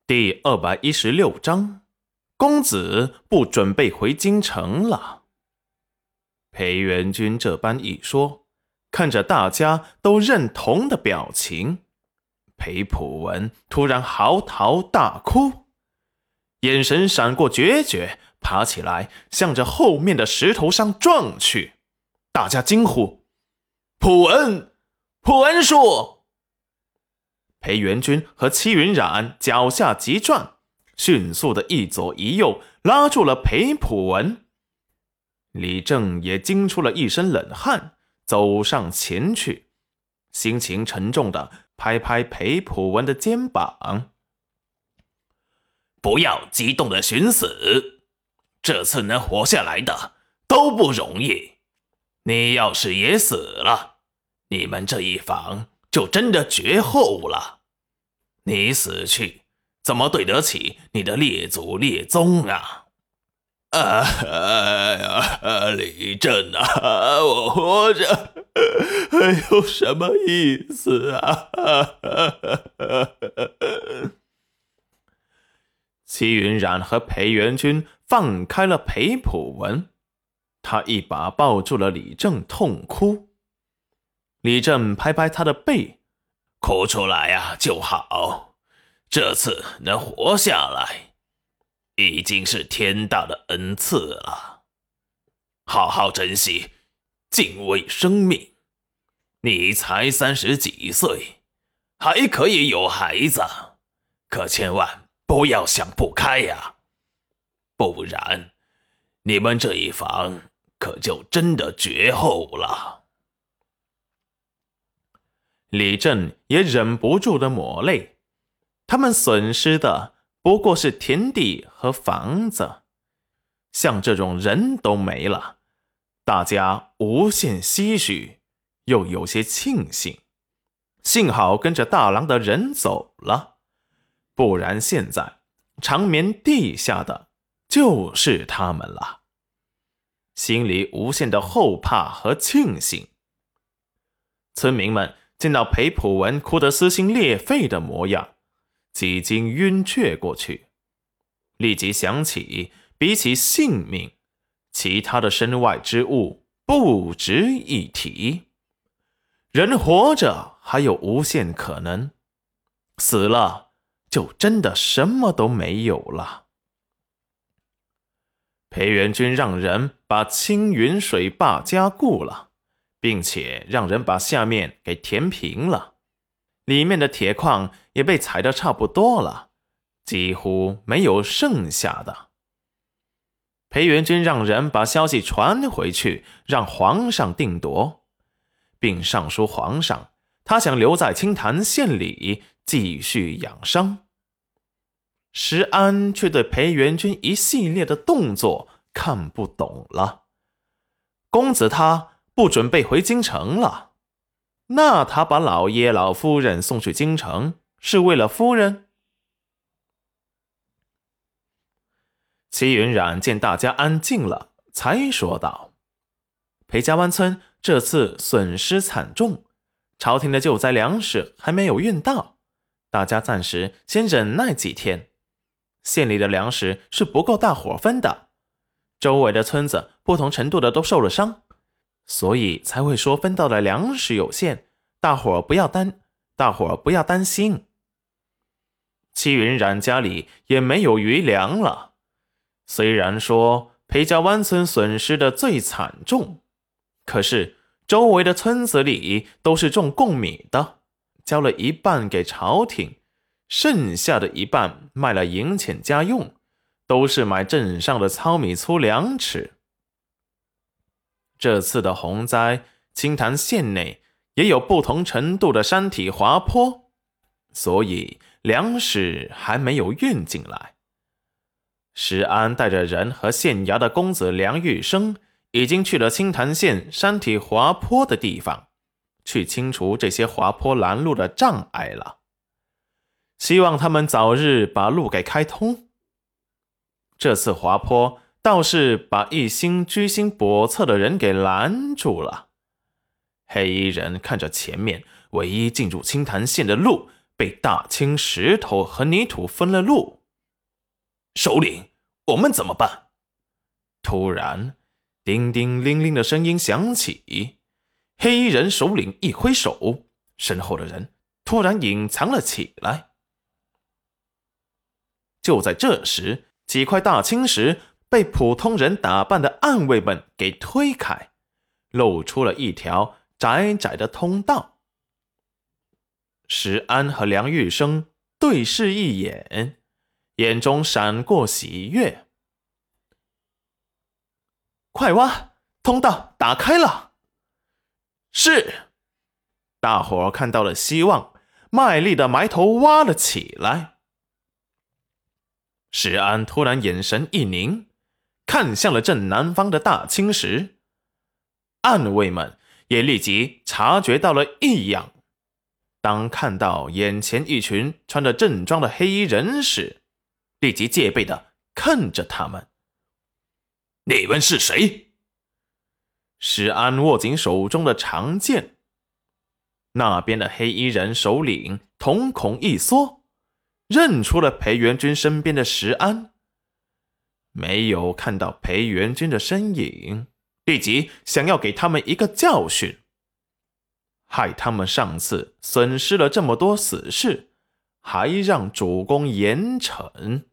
第216章，公子不准备回京城了。裴元君这般一说，看着大家都认同的表情，裴普文突然嚎啕大哭，眼神闪过决绝，爬起来向着后面的石头上撞去。大家惊呼：普文，普文叔！裴元君和戚云染脚下急转，迅速的一左一右拉住了裴普文。李正也惊出了一身冷汗，走上前去，心情沉重的拍拍裴普文的肩膀：不要激动的寻死，这次能活下来的都不容易，你要是也死了，你们这一房就真的绝后了。你死去，怎么对得起你的列祖列宗啊？李正啊，我活着有什么意思啊？戚云染和裴元君放开了裴普文，他一把抱住了李正，痛哭。李正拍拍他的背，哭出来啊就好，这次能活下来已经是天大的恩赐了，好好珍惜，敬畏生命。你才30几岁，还可以有孩子，可千万不要想不开呀，不然你们这一房可就真的绝后了。李正也忍不住的抹泪，他们损失的不过是田地和房子，像这种人都没了，大家无限唏嘘，又有些庆幸。幸好跟着大郎的人走了，不然现在长眠地下的就是他们了。心里无限的后怕和庆幸。村民们见到裴普文哭得撕心裂肺的模样，几经晕厥过去，立即想起比起性命，其他的身外之物不值一提。人活着还有无限可能，死了就真的什么都没有了。裴元君让人把青云水坝加固了，并且让人把下面给填平了，里面的铁矿也被采得差不多了，几乎没有剩下的。裴元君让人把消息传回去，让皇上定夺，并上书皇上，他想留在清潭县里继续养伤。石安却对裴元君一系列的动作看不懂了。公子他不准备回京城了，那他把老爷老夫人送去京城是为了夫人？戚云染见大家安静了，才说道：裴家湾村这次损失惨重，朝廷的救灾粮食还没有运到，大家暂时先忍耐几天。县里的粮食是不够大伙分的，周围的村子不同程度的都受了伤，所以才会说分到的粮食有限，大伙不要担心。戚云染家里也没有余粮了，虽然说裴家湾村损失的最惨重，可是周围的村子里都是种贡米的，交了一半给朝廷，剩下的一半卖了银钱家用，都是买镇上的糙米粗粮吃。这次的洪灾，清潭县内也有不同程度的山体滑坡，所以粮食还没有运进来。石安带着人和县衙的公子梁玉生已经去了清潭县山体滑坡的地方，去清除这些滑坡拦路的障碍了，希望他们早日把路给开通。这次滑坡倒是把一心居心叵测的人给拦住了。黑衣人看着前面唯一进入清潭县的路被大青石头和泥土分了路。首领，我们怎么办？突然，叮叮铃铃的声音响起，黑衣人首领一挥手，身后的人突然隐藏了起来。就在这时，几块大青石被普通人打扮的暗卫们给推开，露出了一条窄窄的通道。石安和梁玉生对视一眼，眼中闪过喜悦。快挖，通道打开了！是！大伙儿看到了希望，卖力地埋头挖了起来。石安突然眼神一凝，看向了正南方的大青石。暗卫们也立即察觉到了异样，当看到眼前一群穿着正装的黑衣人时，立即戒备地看着他们。你们是谁？石安握紧手中的长剑。那边的黑衣人首领瞳孔一缩，认出了裴元军身边的石安。没有看到裴元军的身影，立即想要给他们一个教训，害他们上次损失了这么多死士，还让主公严惩。